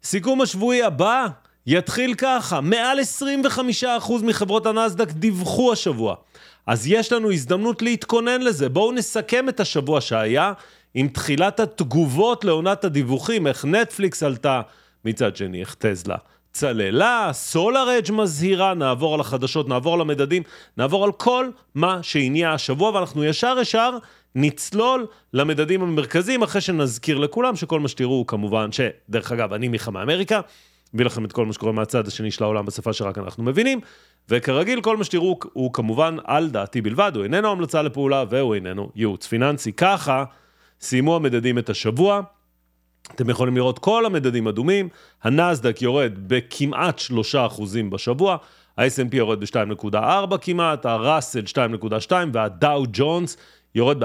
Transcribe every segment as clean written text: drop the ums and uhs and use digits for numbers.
סיכום השבועי הבא יתחיל ככה, מעל 25% מחברות הנסדק דיווחו השבוע. אז יש לנו הזדמנות להתכונן לזה. בואו נסכם את השבוע שהיה עם תחילת התגובות לעונת הדיווחים, איך נטפליקס עלתה, מצד שני, איך טסלה צללה, SolarEdge מזהירה, נעבור על החדשות, נעבור על המדדים, נעבור על כל מה שהניע השבוע, ואנחנו ישר נצלול למדדים המרכזיים, אחרי שנזכיר לכולם שכל מה שתראו כמובן, שדרך אגב, אני מיכה מאמריקה, מביא לכם את כל מה שקורה מהצד השני של העולם בשפה שרק אנחנו מבינים, וכרגיל כל מה שתראו הוא כמובן על דעתי בלבד, הוא איננו המלצה לפעולה והוא איננו ייעוץ פיננסי. ככה סיימו המדדים את השבוע, אתם יכולים לראות כל המדדים אדומים, הנסדק יורד בכמעט 3% בשבוע, ה-S&P יורד ב-2.4 כמעט, הראסל 2.2 והדאו ג'ונס יורד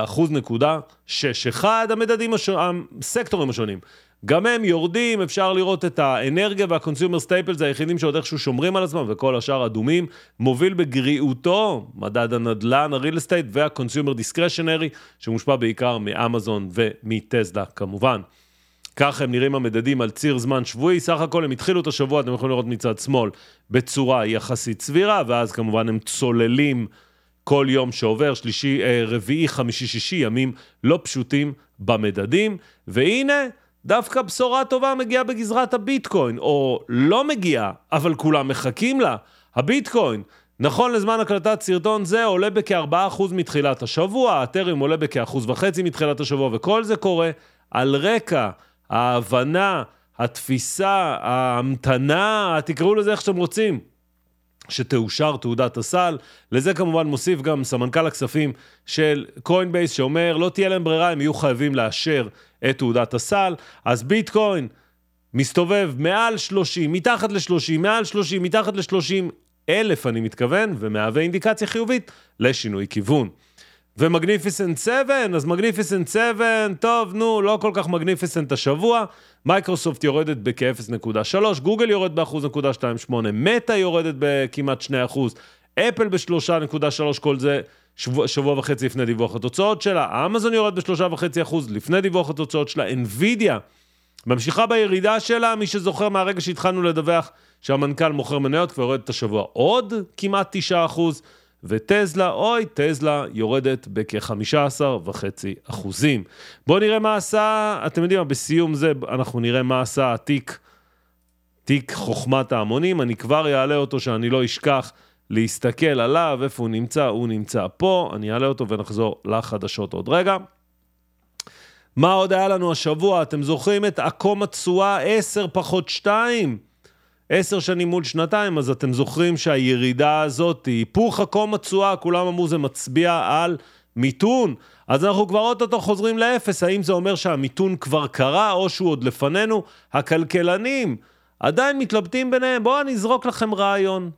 ב1.61%, המדדים הסקטורים השונים. גם הם יורדים, אפשר לראות את האנרגיה והקונסיומר סטייפלס, היחידים שעוד איכשהו שומרים על עצמם, וכל השאר אדומים, מוביל בגריעותו, מדד הנדל"ן, הריל אסטייט והקונסיומר דיסקרשנרי, שמושפע בעיקר מאמזון ומטסלה כמובן. ככה הם נראים המדדים על ציר זמן שבועי, סך הכל הם התחילו את השבוע, אתם יכולים לראות מצד שמאל, בצורה יחסית סבירה, ואז כמובן הם צוללים כל יום שעובר, רביעי, חמישי, שישי, ימים לא פשוטים במדדים, והנה, דווקא בשורה טובה מגיעה בגזרת הביטקוין, או לא מגיעה, אבל כולם מחכים לה. הביטקוין, נכון לזמן הקלטת סרטון זה, עולה בכ4% מתחילת השבוע, האתריום עולה בכ1.5% מתחילת השבוע, וכל זה קורה על רקע ההבנה, התפיסה, ההמתנה, תקראו לזה איך שאתם רוצים, שתאושר תעודת הסל. לזה כמובן מוסיף גם סמנכ"ל הכספים של קוינבייס, שאומר לא תהיה להם ברירה, הם יהיו חייבים לאשר את תעודת הסל. אז ביטקוין מסתובב מעל 30, מתחת ל-30, מעל 30, מתחת ל-30 אלף אני מתכוון, ומהווה אינדיקציה חיובית לשינוי כיוון. ומגניפיסנט 7, אז מגניפיסנט 7, טוב, נו, לא כל כך מגניפיסנט השבוע, מייקרוסופט יורדת בכ-0.3, גוגל יורד ב-1.28, מטה יורדת בכמעט 2%, אפל ב-3.3, כל זה שבוע וחצי לפני דיווח התוצאות שלה, אמזון יורד ב-3.5% לפני דיווח התוצאות שלה, אינווידיה ממשיכה בירידה שלה, מי שזוכר מהרגע שהתחלנו לדווח שהמנכ"ל מוכר מניות, כבר יורד את השבוע עוד כמעט 9%, וטסלה, טסלה יורדת בכ-15.5%. בואו נראה מה עשה, אתם יודעים, בסיום זה אנחנו נראה מה עשה תיק חוכמת ההמונים, אני כבר אעלה אותו שאני לא אשכח להסתכל עליו, איפה הוא נמצא, הוא נמצא פה, אני אעלה אותו ונחזור לחדשות עוד רגע. מה עוד היה לנו השבוע? אתם זוכרים את עקום התשואה 10-2? 10 שנים מול שנתיים, אז אתם זוכרים שהירידה הזאת, היפוך עקום התשואה, כולם אמרו זה מצביע על מיתון, אז אנחנו כבר אותו חוזרים לאפס, האם זה אומר שהמיתון כבר קרה, או שהוא עוד לפנינו? הכלכלנים עדיין מתלבטים ביניהם, בואו אני אזרוק לכם רעיון.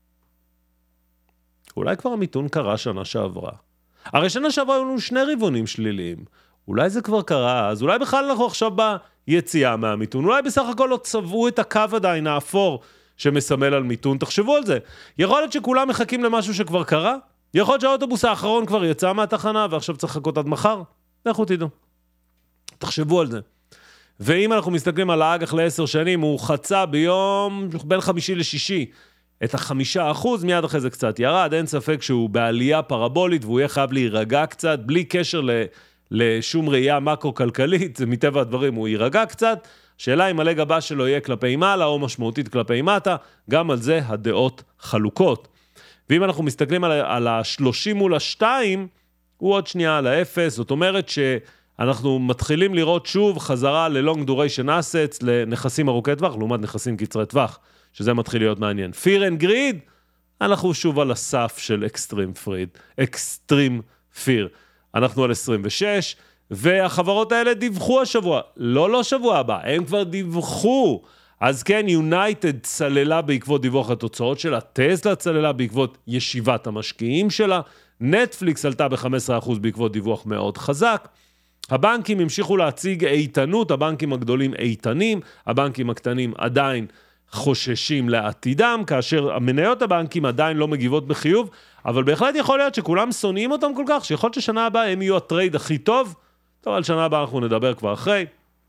אולי כבר המיתון קרה שנה שעברה. הרי שנה שעברה היו לנו 2 רבעונים שליליים, אולי זה כבר קרה, אז אולי בכלל אנחנו עכשיו ביציאה מהמיתון, אולי בסך הכל לא צבעו את הקו עדיין האפור שמסמל על מיתון, תחשבו על זה. יכול להיות שכולם מחכים למשהו שכבר קרה? יכול להיות שהאוטובוס האחרון כבר יצא מהתחנה ועכשיו צריך לחכות עד מחר? לכו תדעו. תחשבו על זה. ואם אנחנו מסתכלים על האג"ח ל10 שנים, הוא חצה ביום בין 5 ל-6 את 5%, מיד אחרי זה קצת ירד, אין ספק שהוא בעלייה פרבולית והוא יהיה חייב להירגע קצת, בלי קשר לשום ראייה מקרו-כלכלית, זה מטבע הדברים, הוא יירגע קצת, שאלה אם הלג הבא שלו יהיה כלפי מעלה או משמעותית כלפי מטה, גם על זה הדעות חלוקות. ואם אנחנו מסתכלים על ה-30 מול ה-2, הוא עוד שנייה על ה-0, זאת אומרת שאנחנו מתחילים לראות שוב חזרה ל-long duration assets, לנכסים ארוכי טווח, לעומת נכסים קצרי טווח, שזה מתחיל להיות מעניין. Fear and greed, אנחנו שוב על הסף של extreme fear. אנחנו על 26, והחברות האלה דיווחו השבוע, לא שבוע הבא, הם כבר דיווחו, אז כן, יונייטד צללה בעקבות דיווח התוצאות שלה, טסלה צללה בעקבות ישיבת המשקיעים שלה, נטפליקס עלתה ב-15% בעקבות דיווח מאוד חזק, הבנקים המשיכו להציג איתנות, הבנקים הגדולים איתנים, הבנקים הקטנים עדיין חוששים לעתידם, כאשר המניות הבנקים עדיין לא מגיבות בחיוב, אבל בהחלט יכול להיות שכולם שונאים אותם כל כך, שיכול להיות ששנה הבאה הם יהיו הטרייד הכי טוב, טוב, על שנה הבאה אנחנו נדבר כבר אחרי.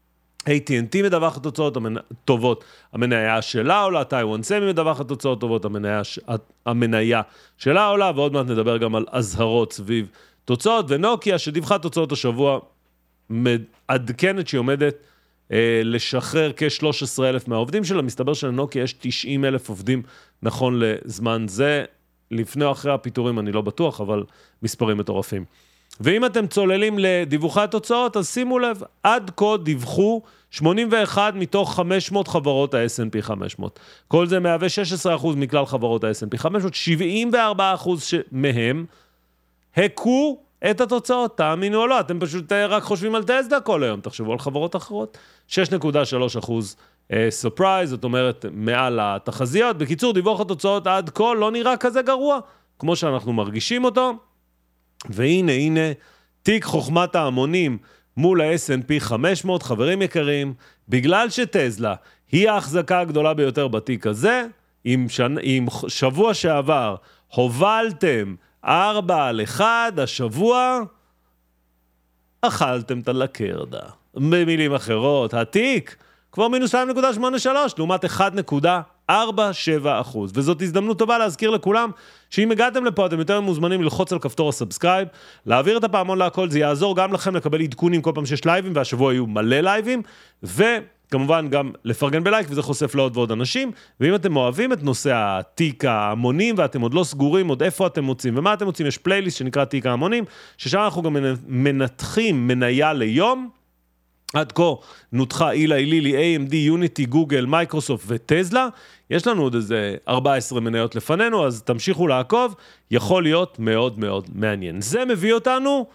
AT&T מדווחת תוצאות טובות, המניה שלה עולה, טייוואן סמי מדווחת תוצאות טובות, המניה שלה עולה, ועוד מעט נדבר גם על הזהרות סביב תוצאות, ונוקיה שדיווחה תוצאות השבוע מעדכנת שהיא עומדת לשחרר כ-13,000 מהעובדים שלה, מסתבר שלנוקיה יש 90,000 עובדים נכון לזמן זה, לפני או אחרי הפיטורים אני לא בטוח, אבל מספרים מטורפים. ואם אתם צוללים לדיווחי התוצאות, אז שימו לב, עד כה דיווחו 81 מתוך 500 חברות ה-S&P 500. כל זה מהווה 16% מכלל חברות ה-S&P 500, 74% מהם הקו את התוצאות, תאמינו או לא, אתם פשוט רק חושבים על טסלה כל היום, תחשבו על חברות אחרות. 6.3% סופרייז, זאת אומרת, מעל התחזיות. בקיצור, דיווח התוצאות עד כה לא נראה כזה גרוע, כמו שאנחנו מרגישים אותו. והנה, תיק חוכמת ההמונים מול ה-S&P 500, חברים יקרים, בגלל שטסלה היא ההחזקה הגדולה ביותר בתיק הזה, אם שבוע שעבר הובלתם 4-1, השבוע אכלתם את הלקרדה. במילים אחרות, התיק כבר מינוס 2.83, לעומת 1.47%. וזאת הזדמנות טובה להזכיר לכולם, שאם הגעתם לפה, אתם יותר מוזמנים ללחוץ על כפתור הסאבסקרייב, להעביר את הפעמון להכל, זה יעזור גם לכם לקבל עדכונים כל פעם שיש לייבים, והשבוע יהיו מלא לייבים, וכמובן גם לפרגן בלייק, וזה חושף לעוד ועוד אנשים, ואם אתם אוהבים את נושא התיק ההמונים, ואתם עוד לא סגורים, עוד איפה אתם מוצאים, ומה אתם מוצאים, יש פלייליסט שנקרא תיק ההמונים, ששם אנחנו גם מנתחים מניה ליום, עד כה נותחה אילי, לילי, AMD, יוניטי, גוגל, מייקרוסופט וטסלה. יש לנו עוד איזה 14 מניות לפנינו, אז תמשיכו לעקוב, יכול להיות מאוד מאוד מעניין. זה מביא אותנו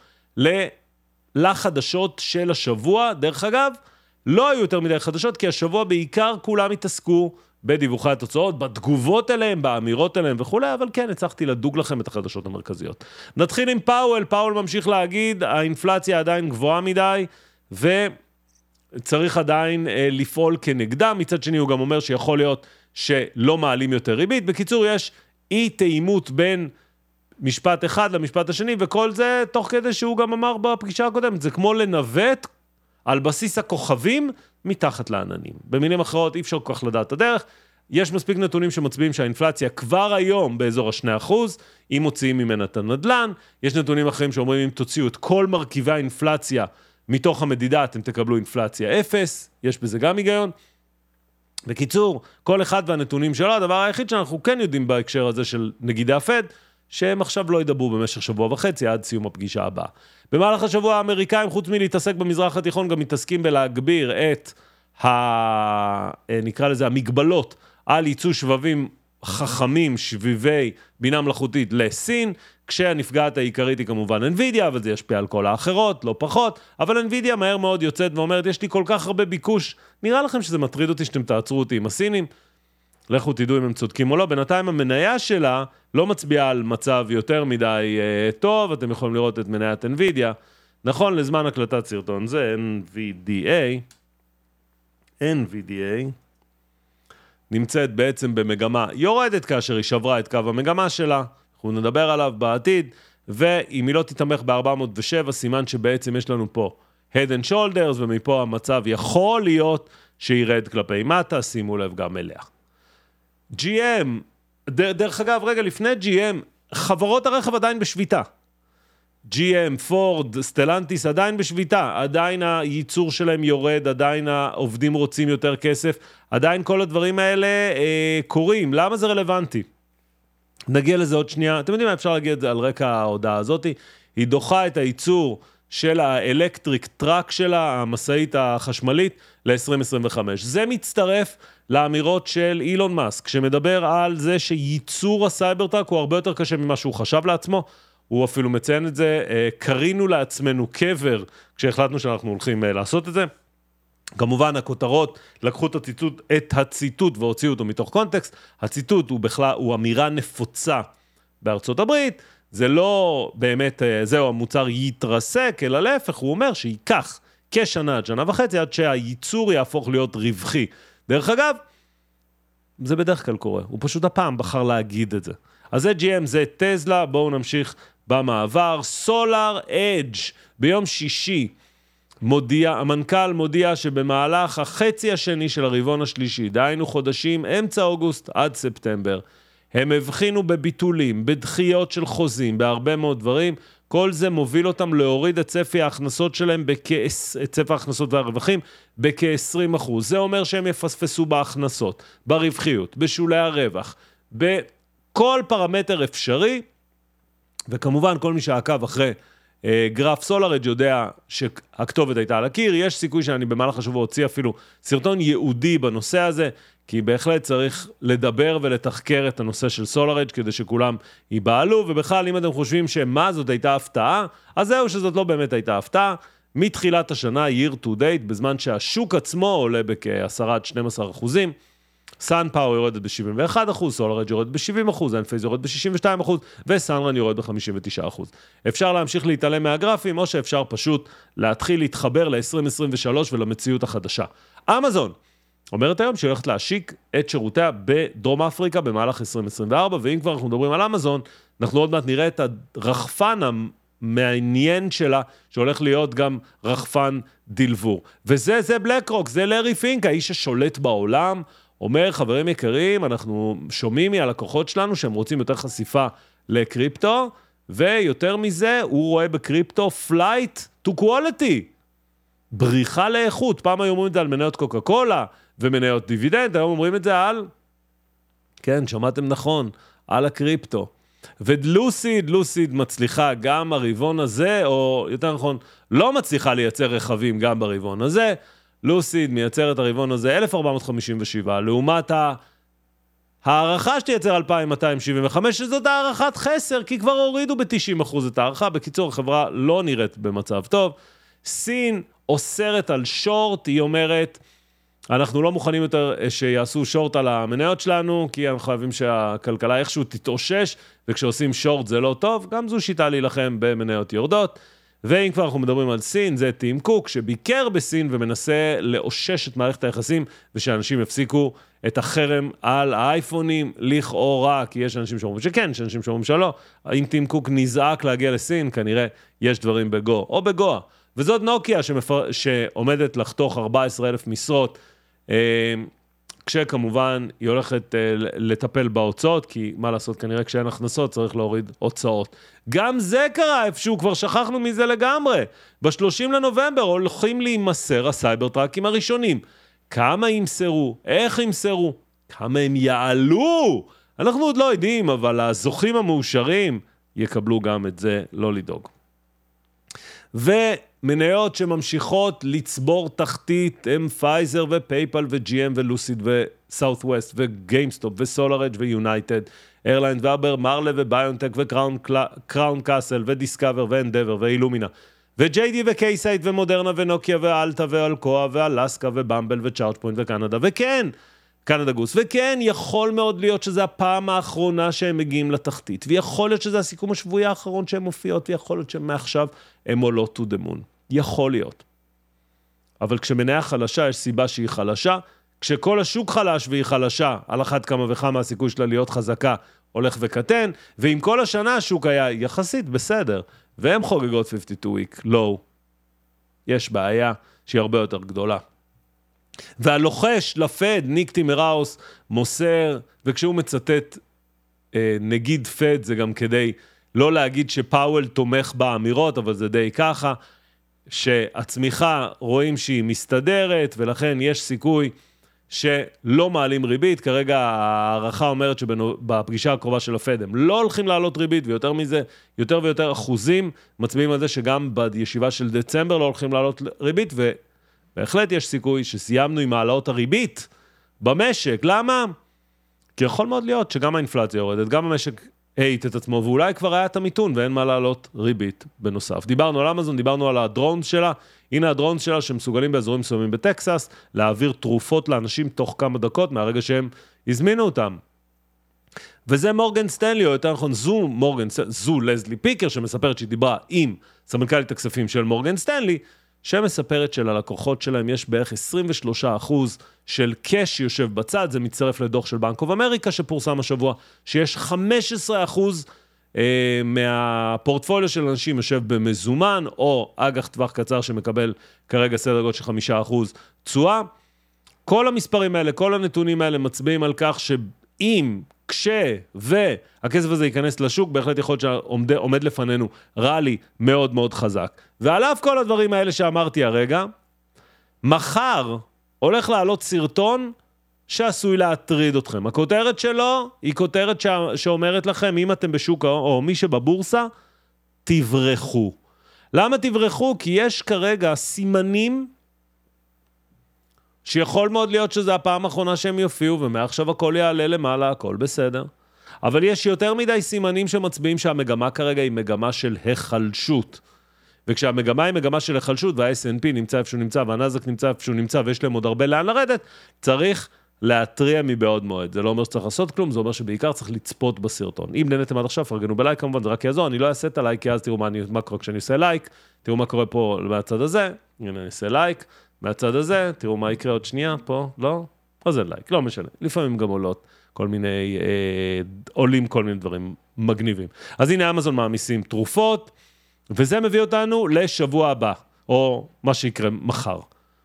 לחדשות של השבוע. דרך אגב, לא היו יותר מדי חדשות, כי השבוע בעיקר כולם התעסקו בדיווחי התוצאות, בתגובות אליהם, באמירות אליהם וכו', אבל כן, הצלחתי לדוג לכם את החדשות המרכזיות. נתחיל עם פאוול. פאוול ממשיך להגיד, האינפלציה עדיין גבוהה מדי, וצריך עדיין לפעול כנגדה. מצד שני הוא גם אומר שיכול להיות שלא מעלים יותר ריבית. בקיצור, יש אי תאימות בין משפט אחד למשפט השני, וכל זה תוך כדי שהוא גם אמר בפגישה הקודמת, זה כמו לנווט על בסיס הכוכבים מתחת לעננים. במילים אחרות, אי אפשר כל כך לדעת את הדרך. יש מספיק נתונים שמצביעים שהאינפלציה כבר היום באזור ה2%, אם מוציאים ממנה את הנדלן. יש נתונים אחרים שאומרים אם תוציאו את כל מרכיבי האינפלציה מתוך המדידה, אתם תקבלו אינפלציה 0, יש בזה גם היגיון. בקיצור, כל אחד והנתונים שלו, הדבר היחיד שאנחנו כן יודעים בהקשר הזה של נגידי הפד, שהם עכשיו לא ידברו במשך שבוע וחצי עד סיום הפגישה הבאה. במהלך השבוע האמריקאים, חוץ מלהתעסק במזרח התיכון, גם מתעסקים בלהגביר את נקרא לזה המגבלות על ייצוא שבבים חכמים, שביבי בינה מלאכותית לסין, כשהנפגעת העיקרית היא כמובן NVIDIA, אבל זה ישפיע על כל האחרות, לא פחות, אבל NVIDIA מהר מאוד יוצאת ואומרת, יש לי כל כך הרבה ביקוש, נראה לכם שזה מטריד אותי שאתם תעצרו אותי עם הסינים, לכו תדעו אם הם צודקים או לא. בינתיים המניה שלה לא מצביעה על מצב יותר מדי טוב, אתם יכולים לראות את מניית NVIDIA, נכון לזמן הקלטת סרטון זה NVIDIA, נמצאת בעצם במגמה יורדת כאשר היא שברה את קו המגמה שלה, אנחנו נדבר עליו בעתיד, ואם היא לא תתמך ב-407, סימן שבעצם יש לנו פה head and shoulders, ומפה המצב יכול להיות שירד כלפי מטה, שימו לב גם אליה. GM, דרך אגב, רגע לפני GM, חברות הרכב עדיין בשביתה. GM, פורד, סטלנטיס עדיין בשביתה, עדיין הייצור שלהם יורד, עדיין העובדים רוצים יותר כסף, עדיין כל הדברים האלה קורים. למה זה רלוונטי? נגיע לזה עוד שנייה. אתם יודעים מה אפשר להגיד על רקע ההודעה הזאת? היא דוחה את הייצור של האלקטריק טראק שלה, המסעית החשמלית, ל-2025. זה מצטרף לאמירות של אילון מאסק, שמדבר על זה שייצור הסייבר טראק הוא הרבה יותר קשה ממה שהוא חשב לעצמו. הוא אפילו מציין את זה, קרינו לעצמנו קבר כשהחלטנו שאנחנו הולכים לעשות את זה. כמובן הכותרות לקחו את הציטוט והוציאו אותו מתוך קונטקסט. הציטוט הוא בכלל, הוא אמירה נפוצה בארצות הברית. זה לא באמת, זהו המוצר יתרסק, אלא להפך, הוא אומר שייקח כשנה עד שנה וחצי עד שהייצור יהפוך להיות רווחי. דרך אגב, זה בדרך כלל קורה. הוא פשוט הפעם בחר להגיד את זה. אז זה GM, זה טסלה, בואו נמשיך במעבר. סולר אדג' ביום שישי המנכ"ל מודיע שבמהלך החצי השני של הרבעון השלישי, דהיינו חודשים אמצע אוגוסט עד ספטמבר, הם הבחינו בביטולים, בדחיות של חוזים, בהרבה מאוד דברים, כל זה מוביל אותם להוריד את צפי ההכנסות שלהם, את צפי ההכנסות והרווחים, בכ-20%. זה אומר שהם יפספסו בהכנסות, ברווחיות, בשולי הרווח, בכל פרמטר אפשרי, וכמובן כל מי שעקב אחרי גרף סולארג' יודע שהכתובת הייתה על הקיר, יש סיכוי שאני במהלך השבוע הוציא אפילו סרטון ייעודי בנושא הזה, כי בהחלט צריך לדבר ולתחקר את הנושא של סולארג' כדי שכולם ייבעלו, ובכלל אם אתם חושבים שמה זאת הייתה הפתעה, אז זהו שזאת לא באמת הייתה הפתעה, מתחילת השנה, year to date, בזמן שהשוק עצמו עולה בכ-10-12%, SunPower יורדת ב-71%, סולארג' יורדת ב-70%, אנפייז יורדת ב-62%, וסנרן יורדת ב-59%. אפשר להמשיך להתעלם מהגרפים, או שאפשר פשוט להתחיל להתחבר ל-2023 ולמציאות החדשה. אמזון אומרת היום שהיא הולכת להשיק את שירותיה בדרום אפריקה במהלך 2024, ואם כבר אנחנו מדברים על אמזון, אנחנו עוד מעט נראה את הרחפן המעניין שלה, שהולך להיות גם רחפן דלבור. וזה בלק רוק, זה לארי פינק, האיש ששולט בעולם, אומר, חברים יקרים, אנחנו שומעים מהלקוחות שלנו שהם רוצים יותר חשיפה לקריפטו, ויותר מזה, הוא רואה בקריפטו flight to quality, בריחה לאיכות. פעם היו אומרים את זה על מניות קוקה קולה, ומניות דיבידנד, היום אומרים את זה על, כן, שמעתם נכון, על הקריפטו. ולוסיד מצליחה גם הרבעון הזה, או יותר נכון, לא מצליחה לייצר רכבים גם ברבעון הזה, לוסיד מייצר את הרבעון הזה 1457, לעומת הערכה שתייצר 2275, שזאת הערכת חסר, כי כבר הורידו ב-90% את הערכה. בקיצור, החברה לא נראית במצב טוב. סין אוסרת על שורט, היא אומרת, אנחנו לא מוכנים יותר שיעשו שורט על המניות שלנו, כי אנחנו חייבים שהכלכלה איכשהו תתאושש, וכשעושים שורט זה לא טוב, גם זו שיטה להילחם במניות יורדות. ואם כבר אנחנו מדברים על סין, זה טים קוק, שביקר בסין ומנסה לאושש את מערכת היחסים, ושאנשים יפסיקו את החרם על האייפונים, לכאורה, כי יש אנשים שאומרים שכן, יש אנשים שאומרים שלא. אם טים קוק נזעק להגיע לסין, כנראה יש דברים בגו, או בגואה. וזאת נוקיה שעומדת לחתוך 14,000 משרות, כשכמובן היא הולכת לטפל בהוצאות, כי מה לעשות, כנראה כשאין הכנסות צריך להוריד הוצאות. גם זה קרה איפשהו, כבר שכחנו מזה לגמרי. ב-30 לנובמבר הולכים להימסר הסייבר טראקים הראשונים. כמה ימסרו? איך ימסרו? כמה הם יעלו? אנחנו עוד לא יודעים, אבל הזוכים המאושרים יקבלו גם את זה, לא לדאוג. ומניות שממשיכות לצבור תחתית הם פייזר ופייפל וג'י.אם ולוסיד וסאות'ווסט וגיימסטופ וסולארג' ויונייטד, איירליין ואבר, מרלה וביונטק וקראון קאסל ודיסקאבר ואנדבר ואילומינה וג'יי.די וקייסייט ומודרנה ונוקיה ואלטה ואלקואה ואלסקה ובמבל וצ'ארג' פוינט וקנדה, וכן, קנדה גוס, וכן, יכול מאוד להיות שזה הפעם האחרונה שהם מגיעים לתחתית, ויכול להיות שזה הסיכום השבועי האחרון שהם מופיעות, ויכול להיות שמעכשיו הם עולות to the moon. יכול להיות. אבל כשמניה חלשה, יש סיבה שהיא חלשה. כשכל השוק חלש והיא חלשה, על אחת כמה וכמה הסיכוי שלה להיות חזקה הולך וקטן, ואם כל השנה השוק היה יחסית בסדר, והם חוגגות 52 week, לא. יש בעיה שהיא הרבה יותר גדולה. והלוחש לפד, ניק טימראוס, מוסר, וכשהוא מצטט נגיד פד, זה גם כדי לא להגיד שפאוול תומך באמירות, אבל זה די ככה, שהצמיחה רואים שהיא מסתדרת, ולכן יש סיכוי שלא מעלים ריבית. כרגע הערכה אומרת שבפגישה הקרובה של הפד הם לא הולכים לעלות ריבית, ויותר מזה, יותר ויותר אחוזים מצביעים על זה שגם בישיבה של דצמבר לא הולכים לעלות ריבית, ובהחלט יש סיכוי שסיימנו עם העלאות הריבית במשק. למה? כי יכול מאוד להיות שגם האינפלציה יורדת, גם המשק העיט את עצמו, ואולי כבר היה את המיתון, ואין מה לעלות ריבית בנוסף. דיברנו על אמזון, דיברנו על הדרונס שלה, הנה הדרונס שלה שמסוגלים באזורים מסוימים בטקסס, להעביר תרופות לאנשים תוך כמה דקות, מהרגע שהם הזמינו אותם. וזה מורגן סטנלי, או יותר נכון זו לזלי פיקר, שמספרת שהיא דיברה עם סמנכ"לית הכספים של מורגן סטנלי, שמספרת שללקוחות שלהם יש בערך 23% של קש יושב בצד, זה מצטרף לדוח של בנק אוף אמריקה שפורסם השבוע, שיש 15% מהפורטפוליו של אנשים יושב במזומן, או אג"ח טווח קצר שמקבל כרגע סדר גודל של 5% תשואה. כל המספרים האלה, כל הנתונים האלה מצביעים על כך שאם, והכסף הזה ייכנס לשוק, בהחלט יכול להיות שעומד לפנינו רלי מאוד מאוד חזק. ועל אף כל הדברים האלה שאמרתי הרגע, מחר הולך לעלות סרטון שעשוי להטריד אתכם. הכותרת שלו היא כותרת שאומרת לכם, אם אתם בשוק או מי שבבורסה, תברחו. למה תברחו? כי יש כרגע סימנים שיכול מאוד להיות שזה הפעם האחרונה שהם יופיעו, ומעכשיו הכל יעלה למעלה, הכל בסדר. אבל יש יותר מדי סימנים שמצביעים שהמגמה כרגע היא מגמה של החלשות. וכשהמגמה היא מגמה של החלשות, וה-S&P נמצא איפה שהוא נמצא, והנאסד"ק נמצא איפה שהוא נמצא, ויש להם עוד הרבה לאן לרדת, צריך להתריע מבעוד מועד. זה לא אומר שצריך לעשות כלום, זה אומר שבעיקר צריך לצפות בסרטון. אם נהנתם עד עכשיו, פרגנו בלייק, כמובן, זה רק יעזור, אני לא אעשה את הלייק, כי אז תראו מה קורה כשאני עושה לייק, תראו מה קורה פה מהצד הזה, הנה אני אעשה לייק, מהצד הזה, תראו מה יקרה עוד שנייה, פה, לא, אז זה לייק, לא משנה. לפעמים גם עולים כל מיני דברים מגניבים. אז הנה אמזון מעמיסים תרופות, וזה מביא אותנו לשבוע הבא, או מה שיקרה מחר.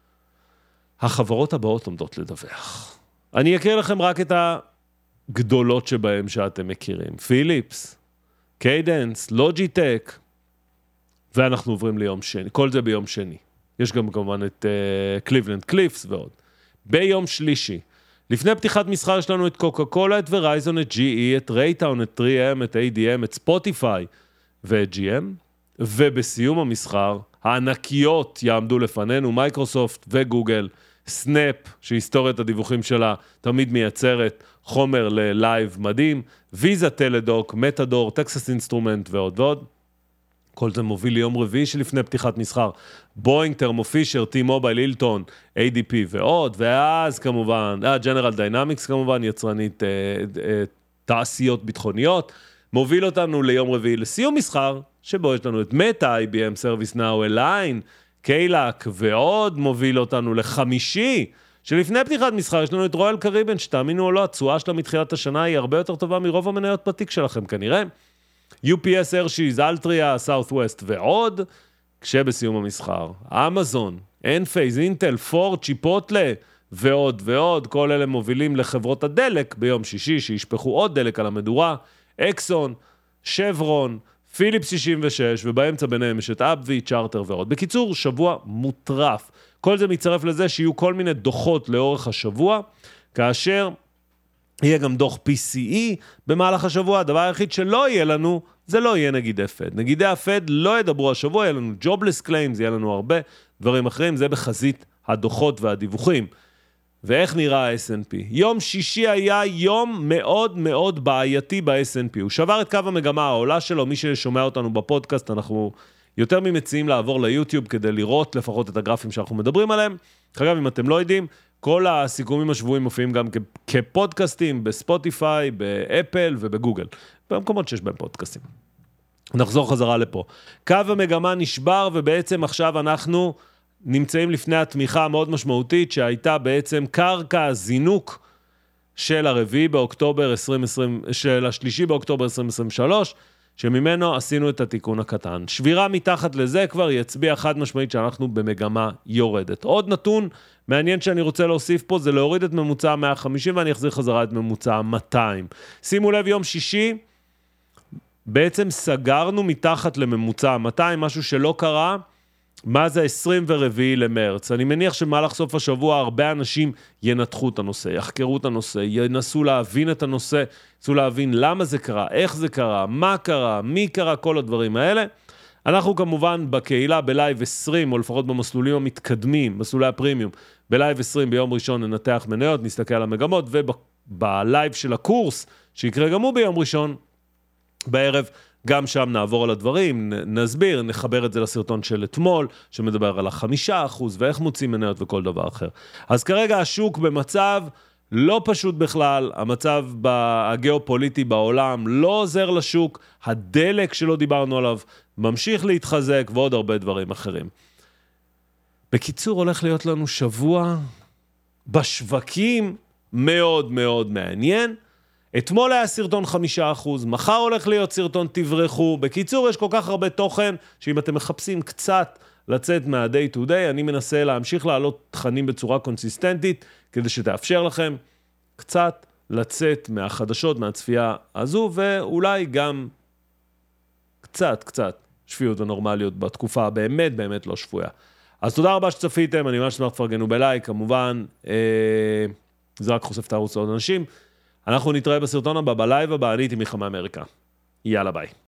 החברות הבאות עומדות לדווח. אני אקריא לכם רק את הגדולות שבהם שאתם מכירים. פיליפס, קיידנס, לוג'יטק, ואנחנו עוברים ליום שני. כל זה ביום שני. יש גם כמובן את קליבלנד קליפס ועוד. ביום שלישי. לפני פתיחת מסחר יש לנו את קוקה קולה, את ורייזון, את GE, את רייטאון, את 3M, את ADM, את ספוטיפיי ואת GM. ובסיום המסחר, הענקיות יעמדו לפנינו, מייקרוסופט וגוגל, סנאפ, שהיסטוריית הדיווחים שלה תמיד מייצרת חומר ללייב מדהים, ויזה טלדוק, מטאדור, טקסס אינסטרומנט ועוד ועוד. כל זה מוביל ליום רביעי שלפני פתיחת מסחר, בוינג, תרמו פישר, טי מובייל, אילטון, ADP ועוד, ואז כמובן, ג'נרל דיינמיקס כמובן, יצרנית תעשיות ביטחוניות, מוביל אותנו ליום רביעי לסיום מסחר, שבו יש לנו את מטה, IBM, ServiceNow, Align, קיילק ועוד, מוביל אותנו לחמישי, שלפני פתיחת מסחר יש לנו את רויאל קריבן, שתאמינו או לא, התשואה שלה מתחילת השנה היא הרבה יותר טובה מרוב המניות בתיק שלכם כנראה. UPS, הרשיז, אלטריה, סאות'ווסט ועוד, כשבסיום המסחר, אמזון, אנפייז, אינטל, פורד, צ'יפוטלה ועוד ועוד, כל אלה מובילים לחברות הדלק ביום שישי, שישפכו עוד דלק על המדורה, אקסון, שברון, פיליפס 66, ובאמצע ביניהם יש את אבווי, צ'ארטר ועוד. בקיצור, שבוע מוטרף. כל זה מצטרף לזה שיהיו כל מיני דוחות לאורך השבוע, כאשר יהיה גם דוח PCE במהלך השבוע. הדבר היחיד שלא יהיה לנו, זה לא יהיה נגידי הפד. נגידי הפד לא ידברו השבוע, יהיה לנו jobless claims, יהיה לנו הרבה דברים אחרים, זה בחזית הדוחות והדיווחים. ואיך נראה ה-S&P? יום שישי היה יום מאוד מאוד בעייתי ב-S&P. הוא שבר את קו המגמה העולה שלו, מי ששומע אותנו בפודקאסט, אנחנו יותר ממציעים לעבור ליוטיוב כדי לראות לפחות את הגרפים שאנחנו מדברים עליהם. אגב, אם אתם לא יודעים, כל הסיכומים השבועים מופיעים גם כפודקאסטים בספוטיפיי, באפל ובגוגל, במקומות שיש בהם פודקאסטים. נחזור חזרה לפה. קו המגמה נשבר, ובעצם עכשיו אנחנו נמצאים לפני התמיכה המאוד משמעותית, שהייתה בעצם קרקע הזינוק של הרביעי באוקטובר 2020, של השלישי באוקטובר 2023, שממנו עשינו את התיקון הקטן. שבירה מתחת לזה כבר יצביע חד משמעית שאנחנו במגמה יורדת. עוד נתון מעניין שאני רוצה להוסיף פה, זה להוריד את ממוצע 150, ואני אחזיר חזרה את ממוצע 200. שימו לב, יום שישי, בעצם סגרנו מתחת לממוצע 200, משהו שלא קרה, מה זה 24 למרץ? אני מניח שמהלך סוף השבוע הרבה אנשים ינתחו את הנושא, יחקרו את הנושא, ינסו להבין את הנושא, ינסו להבין למה זה קרה, איך זה קרה, מה קרה, מי קרה, כל הדברים האלה. אנחנו כמובן בקהילה בלייב 20, או לפחות במסלולים המתקדמים, מסלולי הפרימיום, בלייב 20 ביום ראשון ננתח מניות, נסתכל על המגמות, ובלייב של הקורס, שיקרה גם הוא ביום ראשון, בערב, גם שם נעבור על הדברים, נסביר, נחבר את זה לסרטון של אתמול, שמדבר על 5% ואיך מוצאים מניות וכל דבר אחר. אז כרגע השוק במצב לא פשוט בכלל, המצב הגיאופוליטי בעולם לא עוזר לשוק, הדלק שלא דיברנו עליו ממשיך להתחזק ועוד הרבה דברים אחרים. בקיצור, הולך להיות לנו שבוע בשווקים מאוד מאוד מעניין. אתמול היה סרטון 5%, מחר הולך להיות סרטון תברחו. בקיצור, יש כל כך הרבה תוכן, שאם אתם מחפשים קצת לצאת מה-day to day, אני מנסה להמשיך לעלות תכנים בצורה קונסיסטנטית, כדי שתאפשר לכם קצת לצאת מהחדשות, מהצפייה הזו, ואולי גם קצת שפיות ונורמליות בתקופה באמת לא שפויה. אז תודה רבה שצפיתם, אני ממש שמח תפרגנו בלייק, כמובן, זה רק חושף את הערוץ לעוד אנשים. אנחנו נתראה בסרטון הבא, בלייב הבא, אני הייתי מלחמה אמריקה. יאללה ביי.